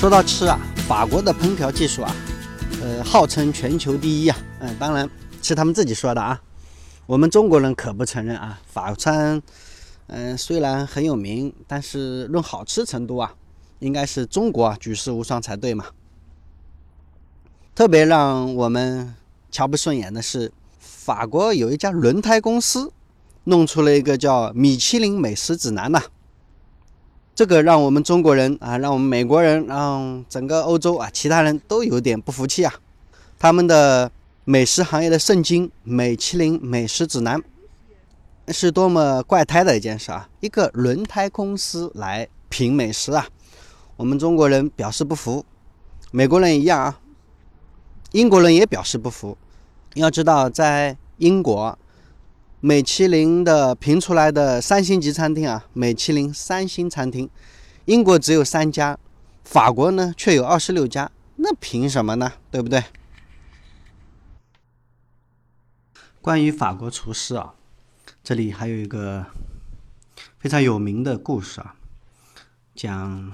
说到吃啊，法国的烹调技术啊，号称全球第一啊。当然是他们自己说的啊。我们中国人可不承认啊。法餐，虽然很有名，但是论好吃程度啊，应该是中国举世无双才对嘛。特别让我们瞧不顺眼的是，法国有一家轮胎公司弄出了一个叫米其林美食指南呐。这个让我们中国人啊，让我们美国人，让整个欧洲啊，其他人都有点不服气啊。他们的美食行业的圣经《米其林美食指南》是多么怪胎的一件事啊！一个轮胎公司来评美食啊，我们中国人表示不服，美国人一样啊，英国人也表示不服。要知道，在英国，米其林的评出来的3星级餐厅啊，米其林3星餐厅，英国只有3家，法国呢却有26家，那凭什么呢？对不对？关于法国厨师啊，这里还有一个非常有名的故事啊，讲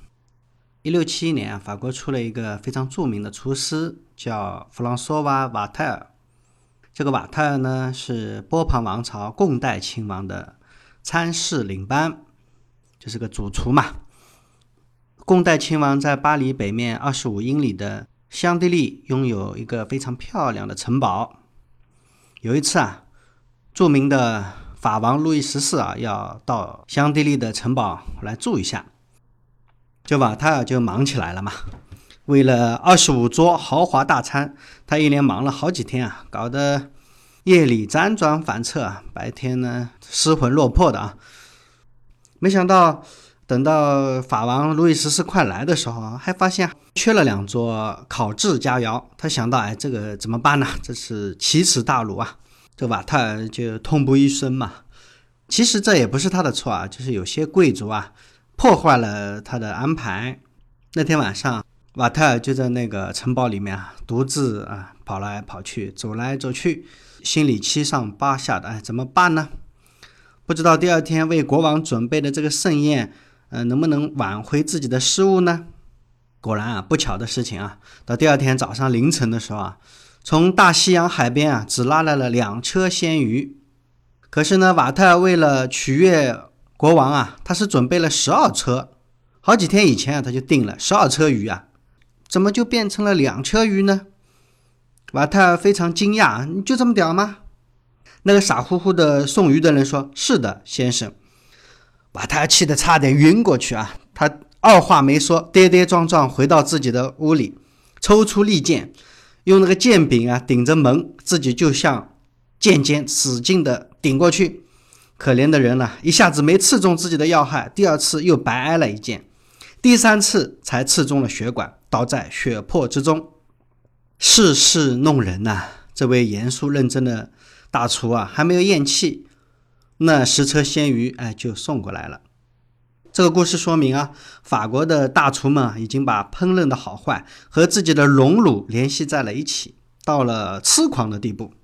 1671年法国出了一个非常著名的厨师，叫弗朗索瓦·瓦泰尔。这个瓦泰尔呢，是波旁王朝贡代亲王的参事领班，就是个主厨嘛。贡代亲王在巴黎北面25英里的香榭丽拥有一个非常漂亮的城堡。有一次啊，著名的法王路易14啊，要到香榭丽的城堡来住一下，这瓦泰尔就忙起来了嘛。为了25桌豪华大餐，他一连忙了好几天啊，搞得夜里辗转反侧啊，白天呢失魂落魄的啊。没想到等到法王路易14快来的时候啊，还发现缺了2桌烤制佳肴。他想到，这个怎么办呢？这是奇耻大辱啊！这瓦特尔就痛不欲生嘛。其实这也不是他的错啊，就是有些贵族啊破坏了他的安排。那天晚上，瓦特尔就在那个城堡里面啊，独自啊跑来跑去，走来走去，心里七上八下的，怎么办呢？不知道第二天为国王准备的这个盛宴，能不能挽回自己的失误呢？果然啊，不巧的事情啊，到第二天早上凌晨的时候啊，从大西洋海边啊，只拉来了2车鲜鱼。可是呢，瓦特尔为了取悦国王啊，他是准备了12车。好几天以前啊，他就订了12车鱼啊，怎么就变成了2车鱼呢？瓦特尔非常惊讶，你就这么屌吗？那个傻乎乎的送鱼的人说：“是的，先生。”瓦特尔气得差点晕过去啊！他二话没说，跌跌撞撞回到自己的屋里，抽出利剑，用那个剑柄啊顶着门，自己就向剑尖使劲的顶过去。可怜的人啊，一下子没刺中自己的要害，第2次又白挨了一剑，第3次才刺中了血管，倒在血泊之中。世事弄人啊，这位严肃认真的大厨啊，还没有咽气，那10车鲜鱼就送过来了。这个故事说明啊，法国的大厨们已经把烹饪的好坏和自己的荣辱联系在了一起，到了痴狂的地步。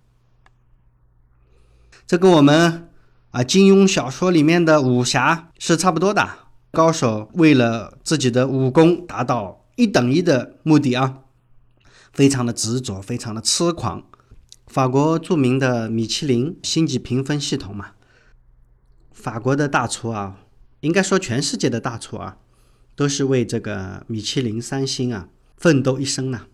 这跟我们金庸小说里面的武侠是差不多的，高手为了自己的武功达到1等1的目的啊，非常的执着，非常的痴狂。法国著名的米其林星级评分系统嘛，法国的大厨啊，应该说全世界的大厨啊，都是为这个米其林3星啊奋斗一生呢。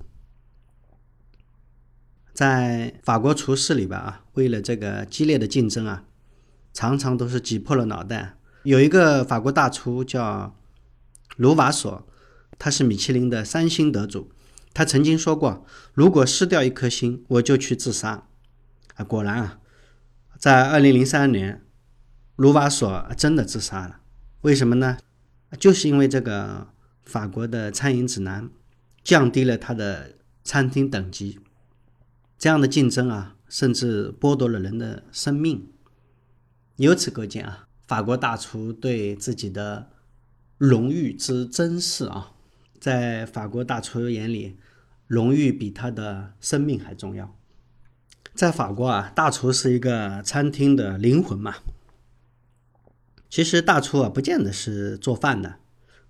在法国厨师里边啊，为了这个激烈的竞争啊，常常都是挤破了脑袋。有一个法国大厨叫卢瓦索，他是米其林的3星得主。他曾经说过，如果失掉1颗星，我就去自杀。果然啊，在2003年，卢瓦索真的自杀了。为什么呢？就是因为这个法国的餐饮指南降低了他的餐厅等级。这样的竞争啊，甚至剥夺了人的生命。由此可见啊，法国大厨对自己的荣誉之珍视啊，在法国大厨眼里，荣誉比他的生命还重要。在法国啊，大厨是一个餐厅的灵魂嘛。其实大厨啊，不见得是做饭的，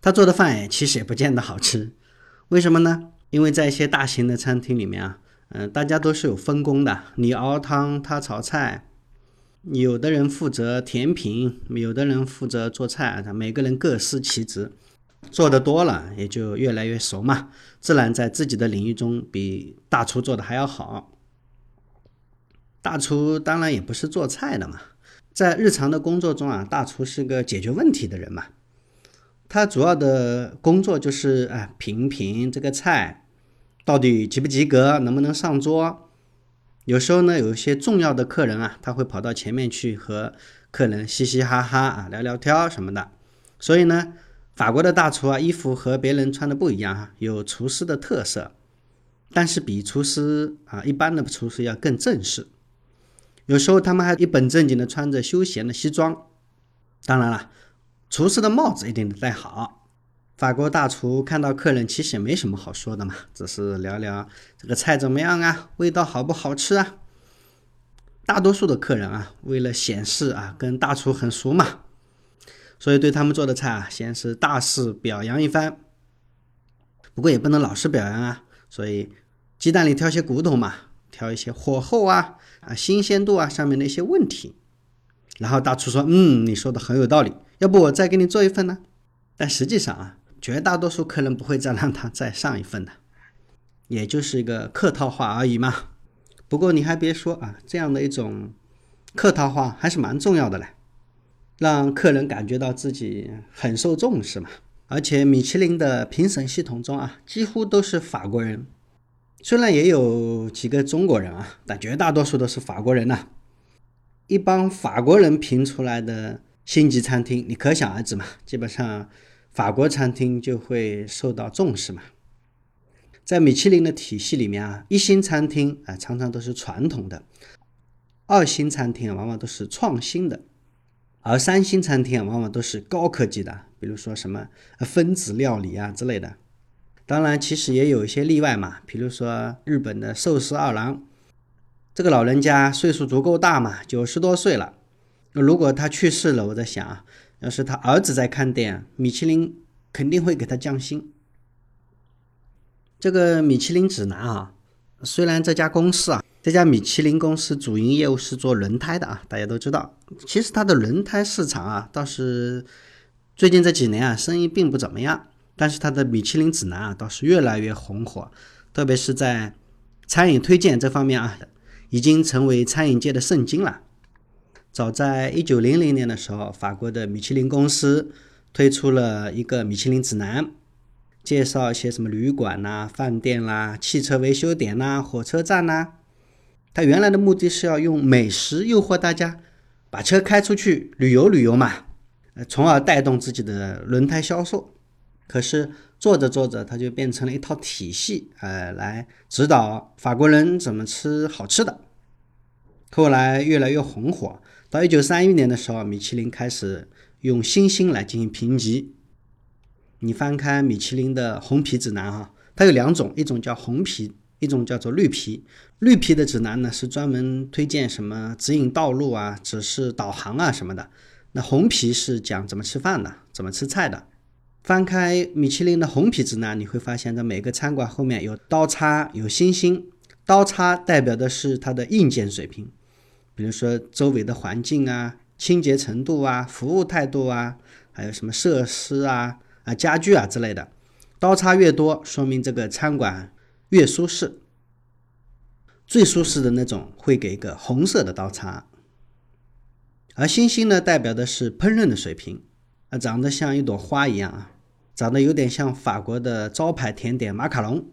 他做的饭其实也不见得好吃。为什么呢？因为在一些大型的餐厅里面啊，大家都是有分工的，你熬汤，他炒菜，有的人负责甜品，有的人负责做菜，每个人各司其职，做的多了也就越来越熟嘛，自然在自己的领域中比大厨做的还要好。大厨当然也不是做菜的嘛，在日常的工作中啊，大厨是个解决问题的人嘛，他主要的工作就是品评这个菜到底及不及格，能不能上桌。有时候呢，有一些重要的客人啊，他会跑到前面去和客人嘻嘻哈哈聊聊天什么的。所以呢，法国的大厨啊，衣服和别人穿的不一样有厨师的特色，但是比厨师一般的厨师要更正式。有时候他们还一本正经的穿着休闲的西装。当然了，厨师的帽子一定得戴好。法国大厨看到客人其实也没什么好说的嘛，只是聊聊这个菜怎么样啊，味道好不好吃啊。大多数的客人啊，为了显示跟大厨很熟嘛，所以对他们做的菜先是大肆表扬一番。不过也不能老是表扬所以鸡蛋里挑些骨头嘛，挑一些火候新鲜度上面的一些问题。然后大厨说你说的很有道理，要不我再给你做一份呢？但实际上绝大多数客人不会再让他再上一份的，也就是一个客套话而已嘛。不过你还别说这样的一种客套话还是蛮重要的嘞，让客人感觉到自己很受重视嘛。而且米其林的评审系统中几乎都是法国人，虽然也有几个中国人但绝大多数都是法国人一帮法国人评出来的星级餐厅，你可想而知嘛，基本上法国餐厅就会受到重视嘛。在米其林的体系里面一星餐厅常常都是传统的，二星餐厅往往都是创新的，而三星餐厅往往都是高科技的，比如说什么分子料理之类的。当然其实也有一些例外嘛，比如说日本的寿司二郎，这个老人家岁数足够大嘛，90多岁了，如果他去世了，我在想要是他儿子在看店，米其林肯定会给他降薪。这个米其林指南虽然这家公司这家米其林公司主营业务是做轮胎的大家都知道，其实它的轮胎市场倒是最近这几年生意并不怎么样，但是它的米其林指南倒是越来越红火，特别是在餐饮推荐这方面已经成为餐饮界的圣经了。早在1900年的时候，法国的米其林公司推出了一个米其林指南，介绍一些什么旅馆饭店汽车维修点火车站它原来的目的是要用美食诱惑大家把车开出去旅游嘛，从而带动自己的轮胎销售。可是做着做着它就变成了一套体系来指导法国人怎么吃好吃的。后来越来越红火，到1931年的时候，米其林开始用星星来进行评级。你翻开米其林的红皮指南它有两种，一种叫红皮，一种叫做绿皮。绿皮的指南呢是专门推荐什么指引道路指示导航什么的，那红皮是讲怎么吃饭的，怎么吃菜的。翻开米其林的红皮指南，你会发现在每个餐馆后面有刀叉有星星，刀叉代表的是它的硬件水平，比如说周围的环境清洁程度服务态度还有什么设施家具之类的。刀叉越多，说明这个餐馆越舒适，最舒适的那种会给一个红色的刀叉。而星星呢，代表的是烹饪的水平长得像一朵花一样长得有点像法国的招牌甜点马卡龙。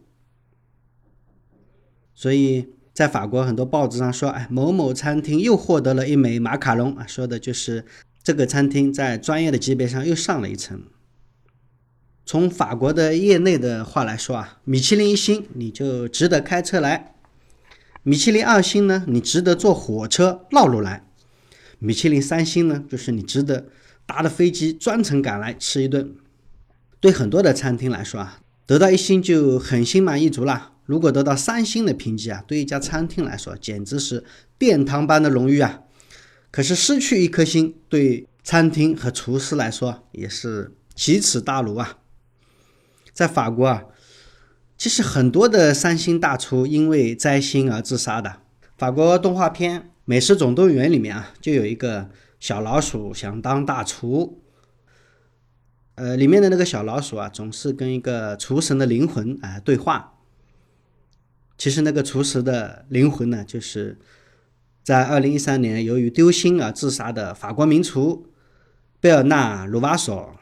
所以在法国很多报纸上说某某餐厅又获得了一枚马卡龙说的就是这个餐厅在专业的级别上又上了一层。从法国的业内的话来说米其林1星你就值得开车来，米其林2星呢，你值得坐火车绕路来，米其林3星呢，就是你值得搭的飞机专程赶来吃一顿。对很多的餐厅来说得到1星就很心满意足了，如果得到3星的评级对一家餐厅来说简直是殿堂般的荣誉可是失去1颗星对餐厅和厨师来说也是奇耻大辱在法国啊，其实很多的三星大厨因为灾星而自杀的。法国动画片《美食总动员》里面啊，就有一个小老鼠想当大厨，里面的那个小老鼠啊，总是跟一个厨神的灵魂对话。其实那个厨师的灵魂呢，就是在2013年由于丢星而自杀的法国名厨贝尔纳·卢瓦索。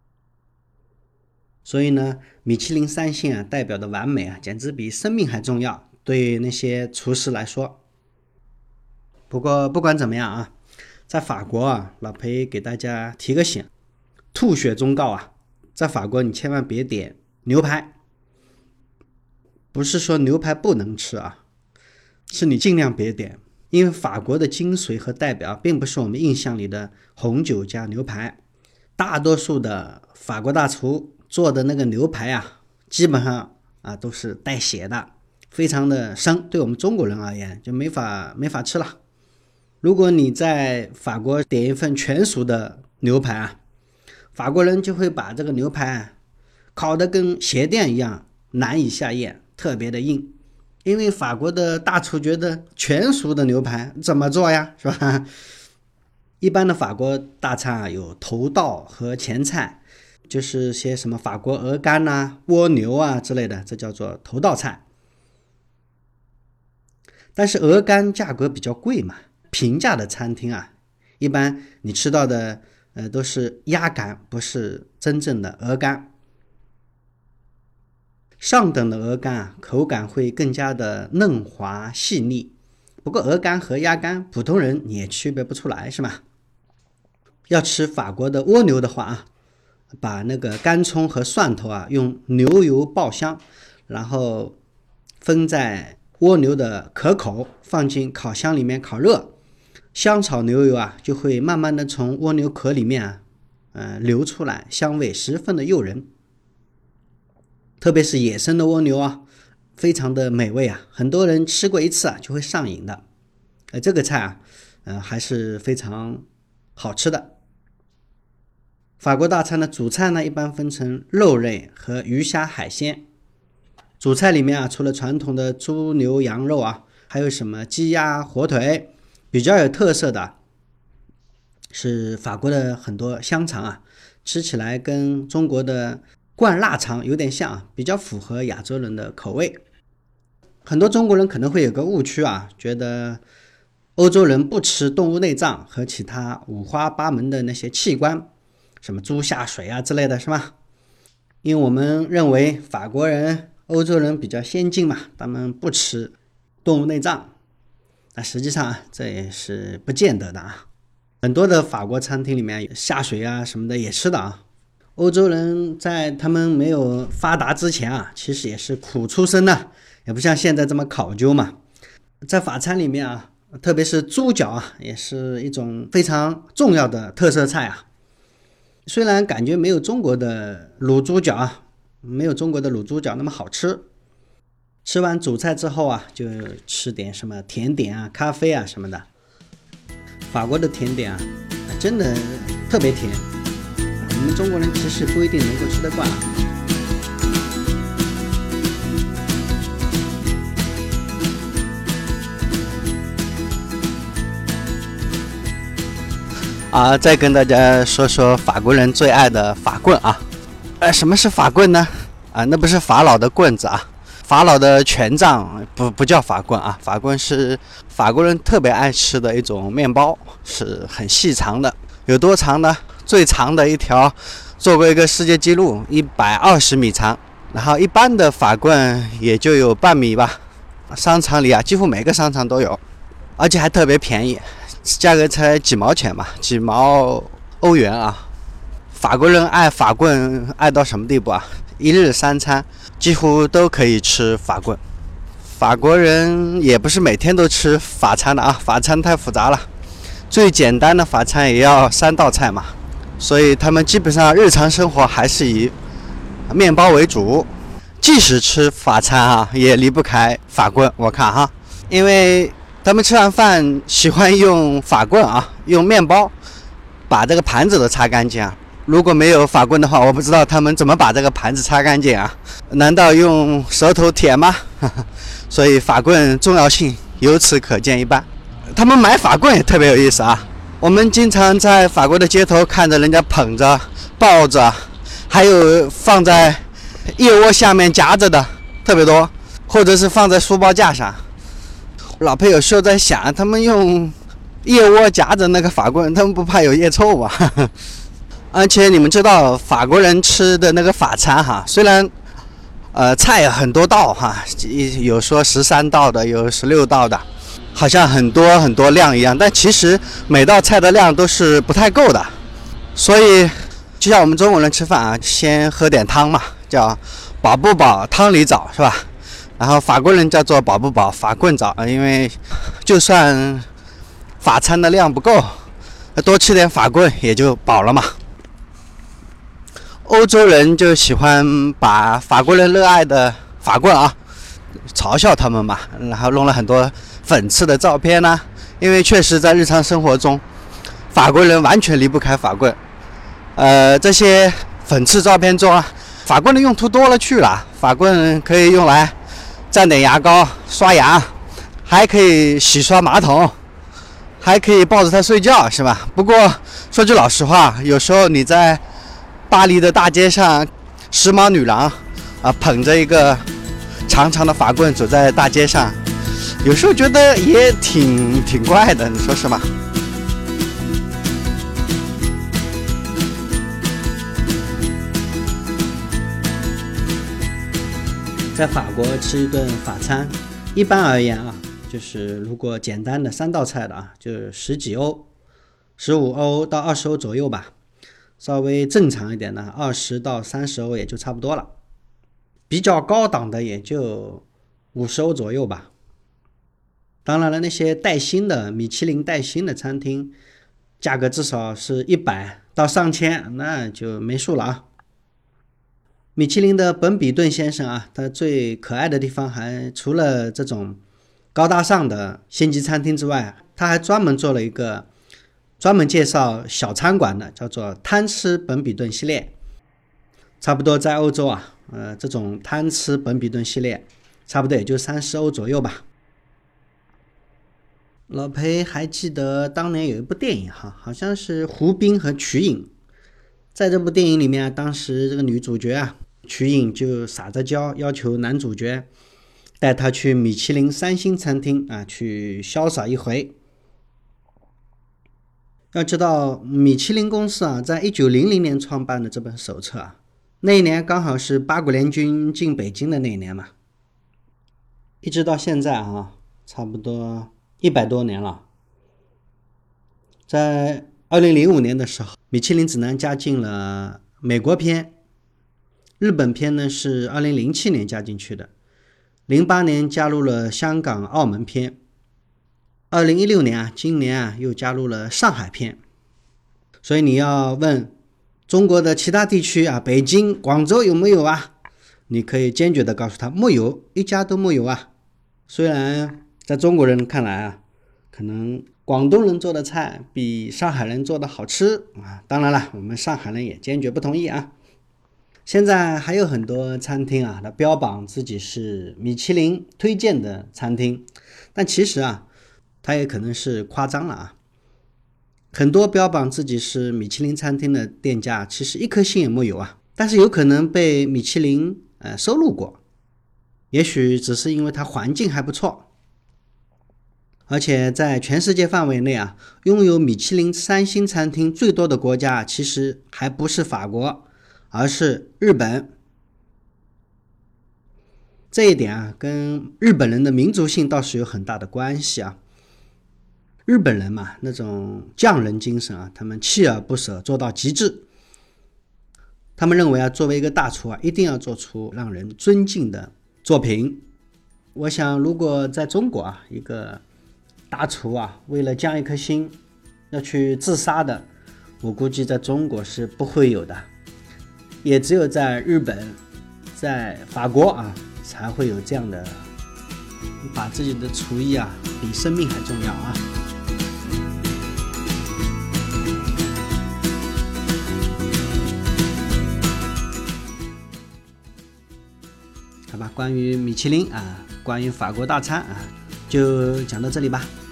所以呢，米其林3星啊，代表的完美啊，简直比生命还重要，对那些厨师来说。不过不管怎么样啊，在法国啊，老裴给大家提个醒，吐血忠告啊，在法国你千万别点牛排。不是说牛排不能吃啊，是你尽量别点，因为法国的精髓和代表并不是我们印象里的红酒加牛排，大多数的法国大厨做的那个牛排啊，基本上啊都是带血的，非常的生，对我们中国人而言就没法吃了。如果你在法国点一份全熟的牛排啊，法国人就会把这个牛排烤得跟鞋垫一样难以下咽，特别的硬。因为法国的大厨觉得全熟的牛排怎么做呀，是吧？一般的法国大餐啊，有头道和前菜，就是些什么法国鹅肝啊、蜗牛啊之类的，这叫做头道菜。但是鹅肝价格比较贵嘛，平价的餐厅啊，一般你吃到的都是鸭肝，不是真正的鹅肝。上等的鹅肝啊，口感会更加的嫩滑细腻。不过鹅肝和鸭肝，普通人你也区别不出来，是吗？要吃法国的蜗牛的话啊，把那个干葱和蒜头啊，用牛油爆香，然后分在蜗牛的壳口，放进烤箱里面烤热。香草牛油啊，就会慢慢的从蜗牛壳里面流出来，香味十分的诱人。特别是野生的蜗牛啊，非常的美味啊，很多人吃过一次啊就会上瘾的。这个菜啊，还是非常好吃的。法国大餐的主菜呢，一般分成肉类和鱼虾海鲜。主菜里面啊，除了传统的猪牛羊肉啊，还有什么鸡鸭火腿。比较有特色的是法国的很多香肠啊，吃起来跟中国的灌腊肠有点像啊，比较符合亚洲人的口味。很多中国人可能会有个误区啊，觉得欧洲人不吃动物内脏和其他五花八门的那些器官，什么猪下水啊之类的，是吧？因为我们认为法国人、欧洲人比较先进嘛，他们不吃动物内脏。那实际上这也是不见得的啊，很多的法国餐厅里面下水啊什么的也吃的啊。欧洲人在他们没有发达之前啊，其实也是苦出身的，也不像现在这么考究嘛。在法餐里面啊，特别是猪脚啊，也是一种非常重要的特色菜啊。虽然感觉没有中国的卤猪脚啊，没有中国的卤猪脚那么好吃。吃完主菜之后啊，就吃点什么甜点啊、咖啡啊什么的。法国的甜点啊，真的特别甜，我们中国人其实不一定能够吃得惯啊。再跟大家说说法国人最爱的法棍啊。什么是法棍呢？那不是法老的棍子啊。法老的权杖不叫法棍啊，法棍是法国人特别爱吃的一种面包，是很细长的。有多长呢？最长的一条做过一个世界纪录，120米长。然后一般的法棍也就有半米吧。商场里啊，几乎每个商场都有，而且还特别便宜，价格才几毛钱吧，几毛欧元啊。法国人爱法棍爱到什么地步啊？一日三餐几乎都可以吃法棍。法国人也不是每天都吃法餐的啊，法餐太复杂了，最简单的法餐也要3道菜嘛，所以他们基本上日常生活还是以面包为主。即使吃法餐啊，也离不开法棍，我看哈，因为他们吃完饭喜欢用法棍啊，用面包把这个盘子都擦干净啊。 如果没有法棍的话，我不知道他们怎么把这个盘子擦干净啊？难道用舌头舔吗？所以法棍重要性由此可见一斑。他们买法棍也特别有意思啊！我们经常在法国的街头看着人家捧着、抱着，还有放在腋窝下面夹着的特别多，或者是放在书包架上。老婆有时候在想，他们用腋窝夹着那个法棍，他们不怕有腋臭吗？而且你们知道法国人吃的那个法餐哈，虽然菜很多道哈，有说13道的，有16道的，好像很多很多量一样，但其实每道菜的量都是不太够的。所以就像我们中国人吃饭啊，先喝点汤嘛，叫饱不饱汤里找，是吧？然后法国人叫做饱不饱法棍找，因为就算法餐的量不够，多吃点法棍也就饱了嘛。欧洲人就喜欢把法国人热爱的法棍啊嘲笑他们嘛，然后弄了很多讽刺的照片呢。因为确实在日常生活中，法国人完全离不开法棍。这些讽刺照片中啊，法棍的用途多了去了。法棍可以用来蘸点牙膏刷牙，还可以洗刷马桶，还可以抱着它睡觉，是吧？不过说句老实话，有时候你在巴黎的大街上，时髦女郎捧着一个长长的法棍走在大街上，有时候觉得也挺怪的，你说是吗？在法国吃一顿法餐，一般而言啊，就是如果简单的3道菜的啊，就10几欧，15欧到20欧左右吧。稍微正常一点的20到30欧也就差不多了，比较高档的也就50欧左右吧。当然了，那些带星的米其林带星的餐厅，价格至少是100到上千，那就没数了啊。米其林的本比顿先生啊，他最可爱的地方还除了这种高大上的星级餐厅之外，他还专门做了一个专门介绍小餐馆的，叫做贪吃本比顿系列。差不多在欧洲啊，这种贪吃本比顿系列差不多也就30欧左右吧。老裴还记得当年有一部电影哈，好像是胡兵和瞿颖。在这部电影里面，当时这个女主角啊，瞿颖就撒着娇要求男主角带她去米其林3星餐厅啊，去潇洒一回。要知道米其林公司啊，在1900年创办的这本手册啊，那一年刚好是八国联军进北京的那一年嘛，一直到现在啊，差不多100多年了。在2005年的时候，米其林指南加进了美国篇，日本篇呢是2007年加进去的，08年加入了香港澳门篇，2016年啊，今年啊又加入了上海篇。所以你要问中国的其他地区啊，北京、广州有没有啊？你可以坚决的告诉他没有，一家都没有啊。虽然在中国人看来啊，可能广东人做的菜比上海人做的好吃啊。当然了，我们上海人也坚决不同意啊。现在还有很多餐厅啊，它标榜自己是米其林推荐的餐厅，但其实啊，它也可能是夸张了啊。很多标榜自己是米其林餐厅的店家，其实1颗星也没有啊，但是有可能被米其林收录过，也许只是因为它环境还不错。而且在全世界范围内啊，拥有米其林3星餐厅最多的国家其实还不是法国，而是日本。这一点啊，跟日本人的民族性倒是有很大的关系啊。日本人嘛，那种匠人精神啊，他们锲而不舍，做到极致。他们认为啊，作为一个大厨啊，一定要做出让人尊敬的作品。我想，如果在中国啊，一个大厨啊，为了降1颗星要去自杀的，我估计在中国是不会有的。也只有在日本、在法国啊，才会有这样的，把自己的厨艺啊，比生命还重要啊。 好吧，关于米其林啊，关于法国大餐啊，就讲到这里吧。